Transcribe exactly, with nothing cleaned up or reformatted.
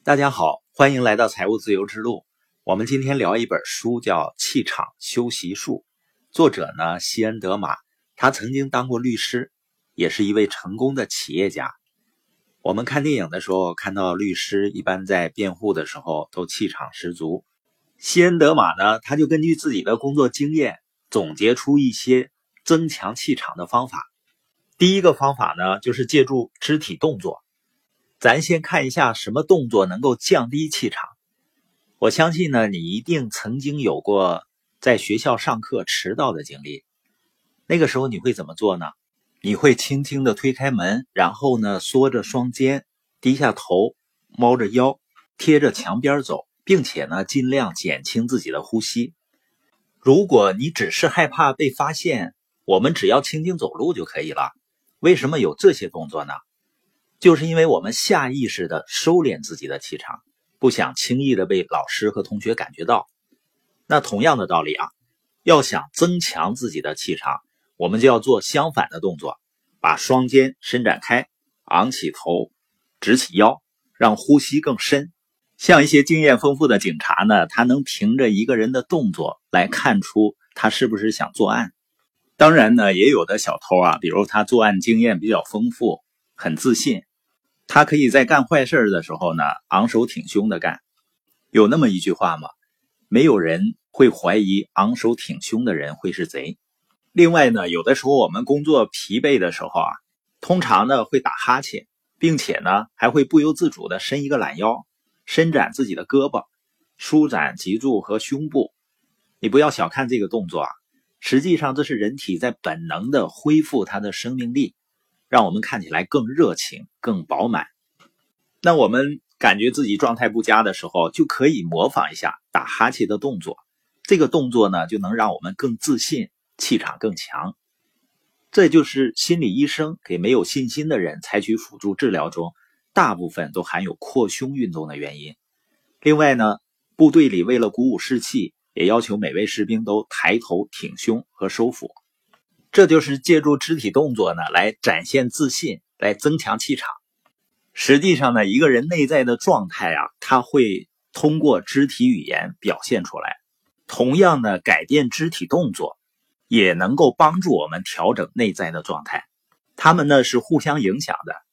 大家好，欢迎来到财务自由之路。我们今天聊一本书叫《气场修习术》，作者呢西恩德玛，他曾经当过律师，也是一位成功的企业家。我们看电影的时候看到律师一般在辩护的时候都气场十足。西恩德玛呢，他就根据自己的工作经验总结出一些增强气场的方法。第一个方法呢，就是借助肢体动作。咱先看一下什么动作能够降低气场。我相信呢，你一定曾经有过在学校上课迟到的经历。那个时候你会怎么做呢？你会轻轻地推开门，然后呢缩着双肩，低下头，猫着腰，贴着墙边走，并且呢尽量减轻自己的呼吸。如果你只是害怕被发现，我们只要轻轻走路就可以了。为什么有这些动作呢？就是因为我们下意识地收敛自己的气场，不想轻易地被老师和同学感觉到。那同样的道理啊，要想增强自己的气场，我们就要做相反的动作，把双肩伸展开，昂起头，直起腰，让呼吸更深。像一些经验丰富的警察呢，他能凭着一个人的动作来看出他是不是想作案。当然呢，也有的小偷啊，比如他作案经验比较丰富，很自信，他可以在干坏事的时候呢，昂首挺胸的干。有那么一句话吗？没有人会怀疑昂首挺胸的人会是贼。另外呢，有的时候我们工作疲惫的时候啊，通常呢会打哈欠，并且呢还会不由自主的伸一个懒腰，伸展自己的胳膊，舒展脊柱和胸部。你不要小看这个动作啊，实际上这是人体在本能的恢复它的生命力，让我们看起来更热情，更饱满。那我们感觉自己状态不佳的时候，就可以模仿一下打哈欠的动作。这个动作呢，就能让我们更自信，气场更强。这就是心理医生给没有信心的人采取辅助治疗中，大部分都含有扩胸运动的原因。另外呢，部队里为了鼓舞士气，也要求每位士兵都抬头挺胸和收腹。这就是借助肢体动作呢，来展现自信，来增强气场。实际上呢，一个人内在的状态啊，他会通过肢体语言表现出来。同样呢，改变肢体动作也能够帮助我们调整内在的状态，他们呢是互相影响的。